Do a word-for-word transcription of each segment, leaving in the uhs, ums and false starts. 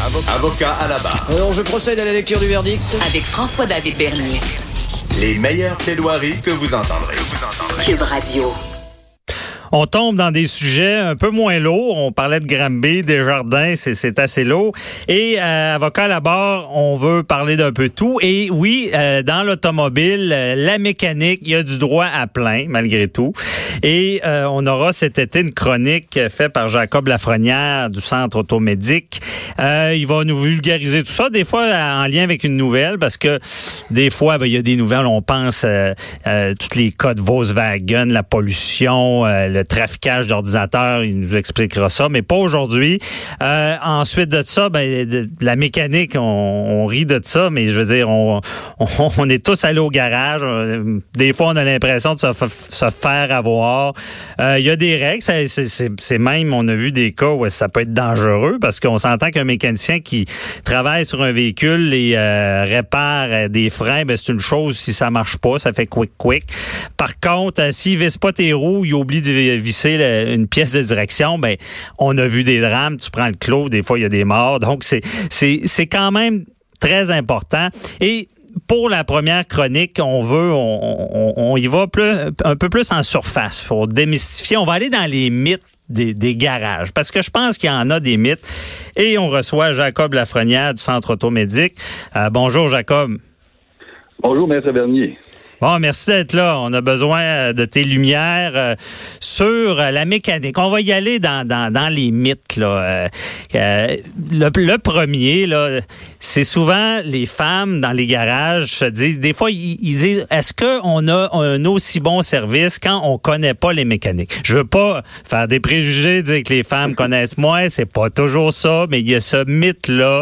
Avocat à la barre. Alors, je procède à la lecture du verdict. Avec François-David Bernier. Les meilleures plaidoiries que vous entendrez. Cube Radio. On tombe dans des sujets un peu moins lourds. On parlait de Granby, des jardins, c'est, c'est assez lourd. Et euh, avocat à la barre, on veut parler d'un peu tout. Et oui, euh, dans l'automobile, euh, la mécanique, il y a du droit à plein, malgré tout. Et euh, on aura cet été une chronique faite par Jacob Lafrenière du Centre Automédic. Euh, il va nous vulgariser tout ça, des fois en lien avec une nouvelle, parce que des fois, ben, il y a des nouvelles, on pense euh, euh, tous les cas de Volkswagen, la pollution, euh, le traficage d'ordinateurs, il nous expliquera ça, mais pas aujourd'hui. Euh, ensuite de ça, ben, de, de la mécanique, on, on rit de ça, mais je veux dire, on, on, on est tous allés au garage. Des fois, on a l'impression de se, se faire avoir. Euh, il y a des règles, ça, c'est, c'est, c'est même, on a vu des cas où ça peut être dangereux, parce qu'on s'entend qu'un mécanicien qui travaille sur un véhicule et euh, répare des freins, ben, c'est une chose si ça marche pas, ça fait quick quick. Par contre, euh, s'il visse pas tes roues, il oublie de visser le, une pièce de direction, ben on a vu des drames, tu prends le clos, des fois il y a des morts. Donc c'est c'est c'est quand même très important. Et pour la première chronique, on veut, on, on, on y va plus, un peu plus en surface pour démystifier. On va aller dans les mythes Des, des garages, parce que je pense qu'il y en a des mythes. Et on reçoit Jacob Lafrenière du Centre Automédic. Euh, bonjour, Jacob. Bonjour, Maître Bernier. Bon, merci d'être là. On a besoin de tes lumières euh, sur la mécanique. On va y aller dans dans, dans les mythes là. Euh, euh, le, le premier là, c'est souvent les femmes dans les garages se disent, des fois ils, ils disent, est-ce que on a un aussi bon service quand on connaît pas les mécaniques? Je veux pas faire des préjugés, dire que les femmes connaissent moins, c'est pas toujours ça, mais il y a ce mythe là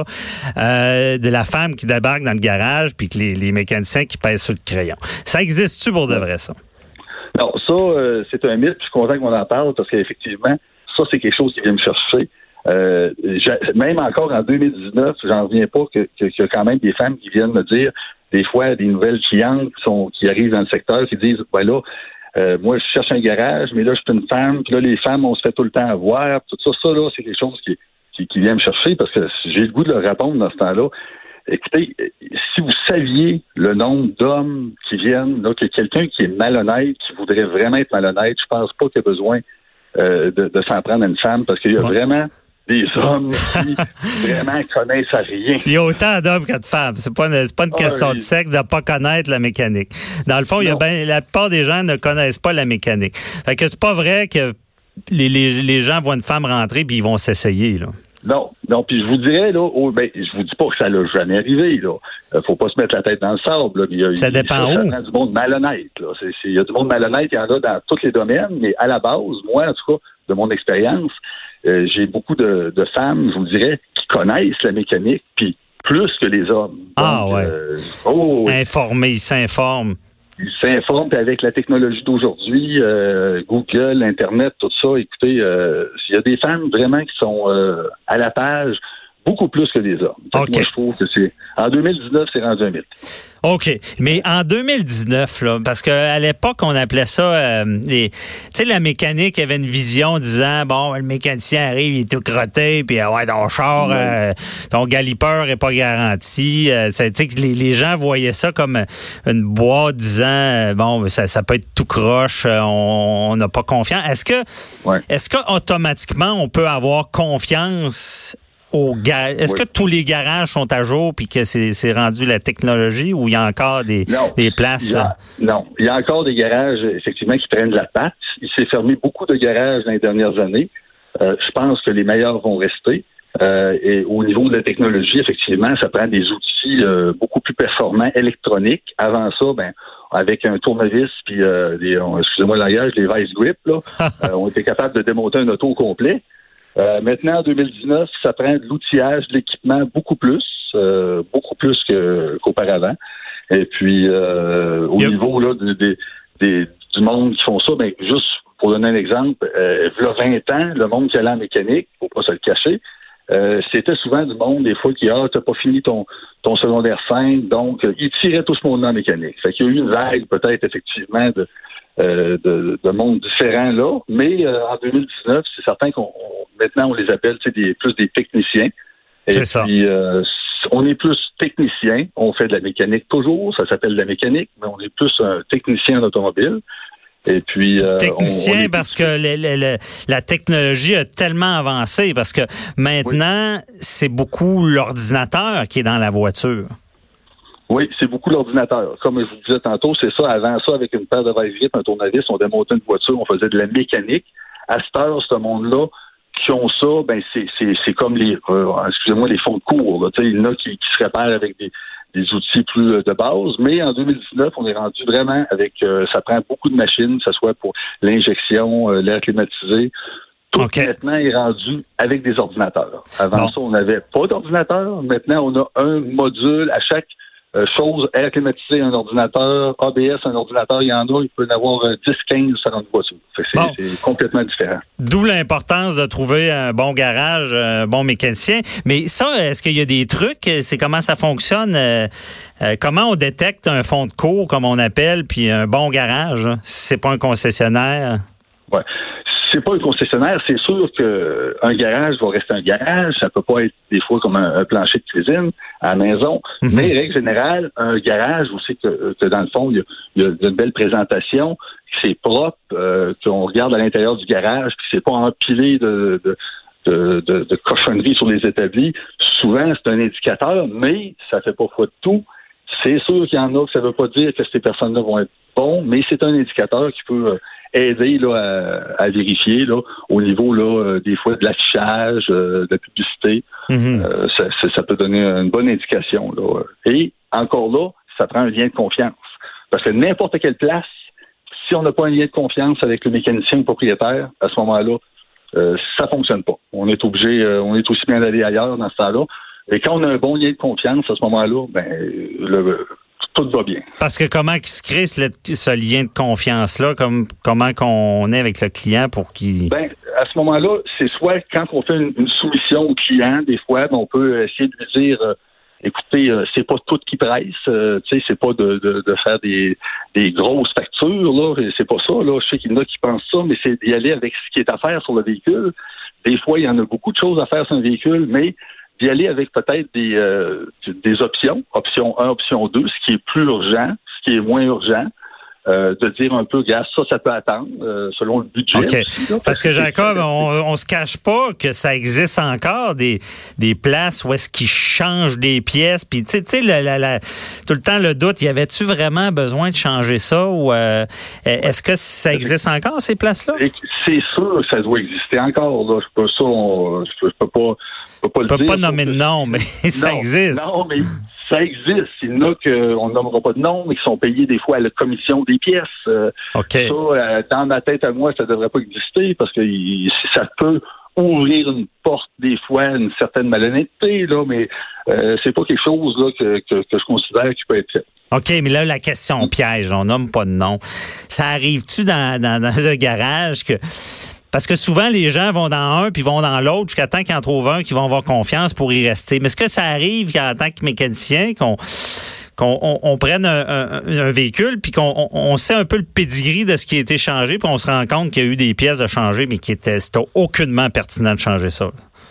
euh, de la femme qui débarque dans le garage puis que les, les mécaniciens qui pèsent sur le crayon. Ça existe-tu pour de vrai, ça? Non, ça, euh, c'est un mythe. Je suis content qu'on en parle parce qu'effectivement, ça, c'est quelque chose qui vient me chercher. Euh, même encore en deux mille dix-neuf, j'en reviens pas que, que, qu'il y a quand même des femmes qui viennent me dire, des fois, des nouvelles clientes qui, sont, qui arrivent dans le secteur, qui disent, ben là, euh, moi, je cherche un garage, mais là, je suis une femme, puis là, les femmes, on se fait tout le temps avoir. Tout ça, ça, là, c'est quelque chose qui, qui, qui vient me chercher parce que j'ai le goût de leur répondre dans ce temps-là. Écoutez, si vous saviez le nombre d'hommes qui viennent, là, que quelqu'un qui est malhonnête, qui voudrait vraiment être malhonnête, je pense pas qu'il y a besoin euh, de, de s'en prendre à une femme, parce qu'il y a ouais. vraiment des hommes qui vraiment connaissent à rien. Il y a autant d'hommes que de femmes. C'est pas une, c'est pas une question ah, oui. de sexe de pas connaître la mécanique. Dans le fond, il y a ben, la plupart des gens ne connaissent pas la mécanique. Fait que c'est pas vrai que les, les, les gens voient une femme rentrer puis ils vont s'essayer, là. Non, non, puis je vous dirais, là, oh, ben, je vous dis pas que ça l'a jamais arrivé, là. Euh, faut pas se mettre la tête dans le sable, là. Il y a, ça dépend ça, où. Ça prend du monde malhonnête, là. C'est, c'est, il y a du monde malhonnête, il y en a dans tous les domaines, mais à la base, moi, en tout cas, de mon expérience, euh, j'ai beaucoup de, de femmes, je vous dirais, qui connaissent la mécanique, puis plus que les hommes. Donc, ah ouais. Euh, oh, Informés, ils s'informent. Ils s'informent, puis avec la technologie d'aujourd'hui, euh, Google, Internet, tout ça, écoutez, euh, il y a des femmes vraiment qui sont euh, à la page beaucoup plus que des hommes. Okay. Moi, je trouve que c'est... En deux mille dix-neuf, c'est rendu un mythe. OK. Mais en deux mille dix-neuf, là, parce qu'à l'époque, on appelait ça... Euh, les, tu sais, la mécanique avait une vision disant, bon, le mécanicien arrive, il est tout crotté, puis ouais, ton char, ouais. euh, ton galipeur est pas garanti. Euh, tu sais, que les, les gens voyaient ça comme une boîte disant, euh, bon, ça, ça peut être tout croche, euh, on n'a pas confiance. Est-ce que, ouais. est-ce que automatiquement, on peut avoir confiance au ga- Est-ce oui. que tous les garages sont à jour puis que c'est, c'est rendu la technologie ou il y a encore des, non, des places? Il y a, non, il y a encore des garages, effectivement, qui prennent la patte. Il s'est fermé beaucoup de garages dans les dernières années. Euh, je pense que les meilleurs vont rester. Euh, et au niveau de la technologie, effectivement, ça prend des outils euh, beaucoup plus performants, électroniques. Avant ça, ben, avec un tournevis puis euh, des, on, excusez-moi le langage, les vice grip, là, euh, on était capable de démonter un auto au complet. Euh, maintenant, en deux mille dix-neuf, ça prend de l'outillage, de l'équipement beaucoup plus, euh, beaucoup plus que, qu'auparavant. Et puis, euh, au yep. niveau là, de, de, de, du monde qui font ça, ben, juste pour donner un exemple, euh, il y a vingt ans, le monde qui allait en mécanique, faut pas se le cacher, euh, c'était souvent du monde, des fois, qui, ah, t'as pas fini ton, ton secondaire cinq, donc, euh, ils tiraient tout ce monde-là en mécanique. Fait qu'il y a eu une vague, peut-être, effectivement, de, euh, de, de monde différent là, mais euh, en deux mille dix-neuf, c'est certain qu'on, on, maintenant, on les appelle, tu sais, des, plus des techniciens. Et C'est ça. puis, euh, on est plus technicien. On fait de la mécanique toujours. Ça s'appelle de la mécanique, mais on est plus un technicien d'automobile. Et puis, euh, technicien on, on est parce que le, le, le, la technologie a tellement avancé, parce que maintenant, oui. c'est beaucoup l'ordinateur qui est dans la voiture. Oui, c'est beaucoup l'ordinateur. Comme je vous disais tantôt, c'est ça. Avant ça, avec une paire de vise-grippe, un tournevis, on démontait une voiture, on faisait de la mécanique. À cette heure, ce monde-là, qui ont ça, ben c'est c'est c'est comme les euh, excusez-moi les fonds de cours. Là. Il y en a qui, qui se réparent avec des, des outils plus de base, mais en deux mille dix-neuf, on est rendu vraiment avec euh, ça prend beaucoup de machines, que ce soit pour l'injection, euh, l'air climatisé. Tout okay. maintenant est rendu avec des ordinateurs. Avant bon. ça, on n'avait pas d'ordinateur. Maintenant, on a un module à chaque Euh, chose, air climatisé, un ordinateur, A B S, un ordinateur, il y en a, il peut y en avoir euh, dix, quinze sur une voiture. C'est, bon. c'est complètement différent. D'où l'importance de trouver un bon garage, un bon mécanicien. Mais ça, est-ce qu'il y a des trucs? C'est comment ça fonctionne? Euh, euh, comment on détecte un fond de cours, comme on appelle, puis un bon garage, hein, si c'est pas un concessionnaire? Ouais. C'est pas un concessionnaire, c'est sûr qu'un garage va rester un garage. Ça peut pas être des fois comme un, un plancher de cuisine à la maison. Mm-hmm. Mais, règle générale, un garage, vous savez que, que dans le fond, il y a, il y a une belle présentation, c'est propre, euh, qu'on regarde à l'intérieur du garage, puis c'est pas empilé de, de, de, de, de cochonneries sur les établis. Souvent, c'est un indicateur, mais ça fait pas foi de tout. C'est sûr qu'il y en a que ça veut pas dire que ces personnes-là vont être bons, mais c'est un indicateur qui peut euh, aider là, à, à vérifier là, au niveau là, euh, des fois de l'affichage, euh, de la publicité. Mm-hmm. Euh, ça, ça, ça peut donner une bonne indication. Là. Et encore là, ça prend un lien de confiance. Parce que n'importe quelle place, si on n'a pas un lien de confiance avec le mécanicien ou le propriétaire, à ce moment-là, euh, ça fonctionne pas. On est obligé, euh, on est aussi bien d'aller ailleurs dans ce temps-là. Et quand on a un bon lien de confiance, à ce moment-là, ben le tout va bien. Parce que comment il se crée ce, ce lien de confiance-là, comme comment qu'on est avec le client pour qu'il... Ben, à ce moment-là, c'est soit quand on fait une, une soumission au client, des fois, ben, on peut essayer de lui dire euh, écoutez, euh, c'est pas tout qui presse, euh, tu sais, c'est pas de, de, de faire des, des grosses factures, là, c'est pas ça, là. Je sais qu'il y en a qui pensent ça, mais c'est d'y aller avec ce qui est à faire sur le véhicule. Des fois, il y en a beaucoup de choses à faire sur un véhicule, mais d'y aller avec peut-être des, euh, des options, option un, option deux, ce qui est plus urgent, ce qui est moins urgent, euh, de dire un peu, gars, ça, ça peut attendre, euh, selon le budget. Okay. Aussi, là, parce, parce que, que Jacob, on, on se cache pas que ça existe encore des, des places où est-ce qu'ils changent des pièces, puis tu sais, la, la, la, tout le temps le doute, y avait-tu vraiment besoin de changer ça, ou euh, est-ce que ça existe encore, ces places-là? C'est sûr que ça doit exister encore, là. Je peux ça, on, je, peux, je peux pas, je peux pas le dire. On peut dire, pas nommer de nom, mais ça non, existe. Non, mais ça existe. Il y en a qu'on nommera pas de nom, mais qui sont payés des fois à la commission des pièces. Euh, okay. Ça, euh, dans ma tête à moi, ça devrait pas exister parce que il, ça peut ouvrir une porte des fois à une certaine malhonnêteté, là, mais euh, c'est pas quelque chose là que, que, que je considère qui peut être fait. OK, mais là, la question piège, on nomme pas de nom. Ça arrive-tu dans, dans, dans un garage que... Parce que souvent, les gens vont dans un puis vont dans l'autre jusqu'à temps qu'ils en trouvent un qui vont avoir confiance pour y rester. Mais est-ce que ça arrive qu'en tant que mécanicien, qu'on, qu'on on, on prenne un, un, un véhicule puis qu'on on, on sait un peu le pedigree de ce qui a été changé puis on se rend compte qu'il y a eu des pièces à changer mais qui étaient c'était aucunement pertinent de changer ça?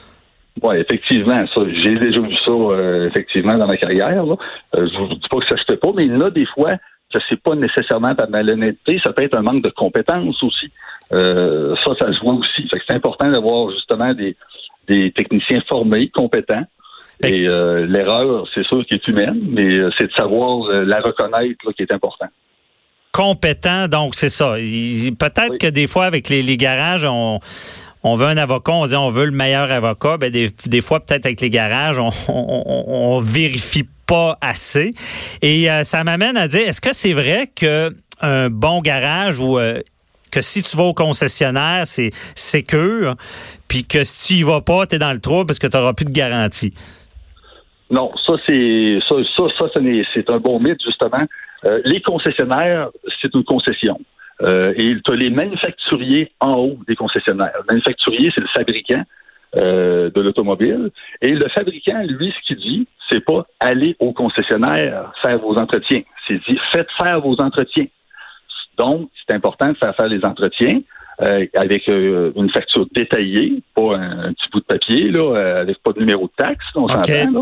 Oui, effectivement. Ça, j'ai déjà vu ça euh, effectivement dans ma carrière. Là. Euh, je ne vous dis pas que ça se fait pas, mais il y en a des fois que c'est pas nécessairement par malhonnêteté, ça peut être un manque de compétences aussi. Euh, ça, ça se voit aussi. Fait que c'est important d'avoir justement des, des techniciens formés, compétents. Et euh, l'erreur, c'est sûr qu'elle est humaine, mais c'est de savoir euh, la reconnaître là, qui est important. Compétent, donc c'est ça. Il, peut-être oui. que des fois, avec les, les garages, on... On veut un avocat, on dit on veut le meilleur avocat. Ben des, des fois, peut-être avec les garages, on, on, on vérifie pas assez. Et euh, ça m'amène à dire, est-ce que c'est vrai que un bon garage ou euh, que si tu vas au concessionnaire, c'est sécure, puis que si tu y vas pas, t'es dans le trou parce que tu n'auras plus de garantie? Non, ça c'est ça, ça, ça, ça c'est un bon mythe, justement. Euh, les concessionnaires, c'est une concession. Euh, et tu as les manufacturiers en haut des concessionnaires. Le manufacturier, c'est le fabricant euh, de l'automobile. Et le fabricant, lui, ce qu'il dit, c'est pas aller au concessionnaire faire vos entretiens. C'est dit faites faire vos entretiens. Donc, c'est important de faire faire les entretiens. euh, avec euh, une facture détaillée, pas un, un petit bout de papier, là, euh, avec pas de numéro de taxe, on okay. s'entend.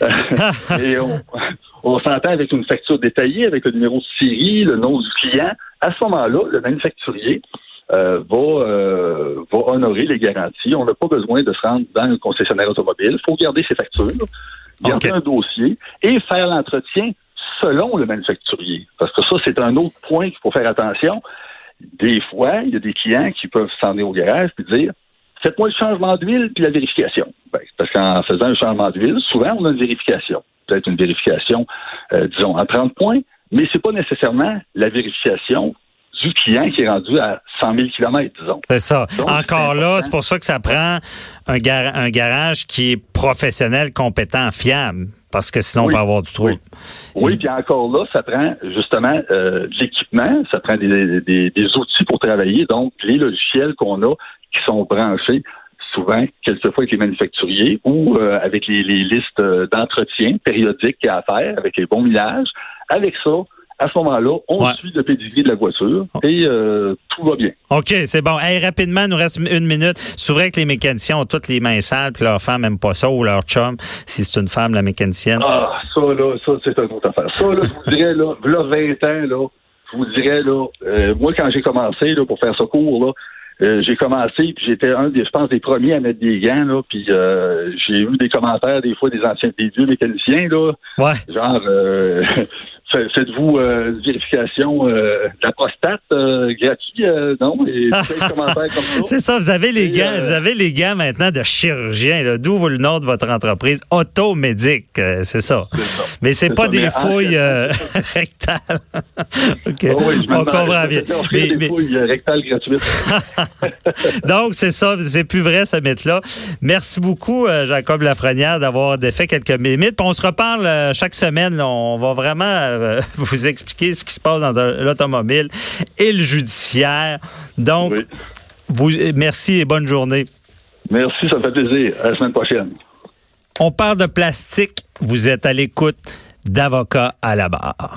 Là. Et on, on s'entend avec une facture détaillée, avec le numéro de série, le nom du client. À ce moment-là, le manufacturier euh, va, euh, va honorer les garanties. On n'a pas besoin de se rendre dans le concessionnaire automobile. Il faut garder ses factures, garder okay. un dossier et faire l'entretien selon le manufacturier. Parce que ça, c'est un autre point qu'il faut faire attention. Des fois, il y a des clients qui peuvent s'en aller au garage et dire « Faites-moi le changement d'huile puis la vérification. Ben, » Parce qu'en faisant un changement d'huile, souvent, on a une vérification. Peut-être une vérification, euh, disons, en trente points, mais c'est pas nécessairement la vérification du client qui est rendu à cent mille kilomètres, disons. C'est ça. Donc, Encore c'est là, c'est pour ça que ça prend un, gar- un garage qui est professionnel, compétent, fiable, parce que sinon, oui. on peut avoir du trouble. Oui, oui, puis encore là, ça prend justement euh, de l'équipement, ça prend des, des, des outils pour travailler, donc les logiciels qu'on a qui sont branchés souvent, quelquefois avec les manufacturiers ou euh, avec les, les listes d'entretien périodiques qu'il y a à faire, avec les bons millages. Avec ça, à ce moment-là, on ouais. suit le pédigree de la voiture et euh, tout va bien. OK, c'est bon. Hey, rapidement, il nous reste une minute. C'est vrai que les mécaniciens ont toutes les mains sales puis leur femme n'aime pas ça ou leur chum, si c'est une femme, la mécanicienne. Ah, ça, là, ça, c'est une autre affaire. Ça, là, je vous dirais, là, là, vingt ans, là, je vous dirais, là, euh, moi, quand j'ai commencé, là, pour faire ce cours, là, Euh, j'ai commencé, puis j'étais un des, je pense, des premiers à mettre des gants, là, puis euh, j'ai eu des commentaires des fois des anciens, des vieux mécaniciens, là, ouais. genre, euh, faites-vous euh, une vérification euh, de la prostate euh, gratuite, euh, non, et des commentaires comme ça. C'est ça, vous avez les et, gants, euh, vous avez les gants maintenant de chirurgien, là, d'où le nom de votre entreprise, Automédic, euh, c'est ça. C'est ça. Mais c'est, c'est pas ça, des fouilles euh, rectales. OK, oh oui, on comprend bien. Mais, des mais... fouilles rectales gratuites. Donc, c'est ça, c'est plus vrai ce mythe-là. Merci beaucoup, euh, Jacob Lafrenière, d'avoir défait quelques mythes. Puis on se reparle euh, chaque semaine. Là, on va vraiment euh, vous expliquer ce qui se passe dans l'automobile et le judiciaire. Donc, oui. vous, merci et bonne journée. Merci, ça me fait plaisir. À la semaine prochaine. On parle de plastique. Vous êtes à l'écoute d'Avocats à la barre.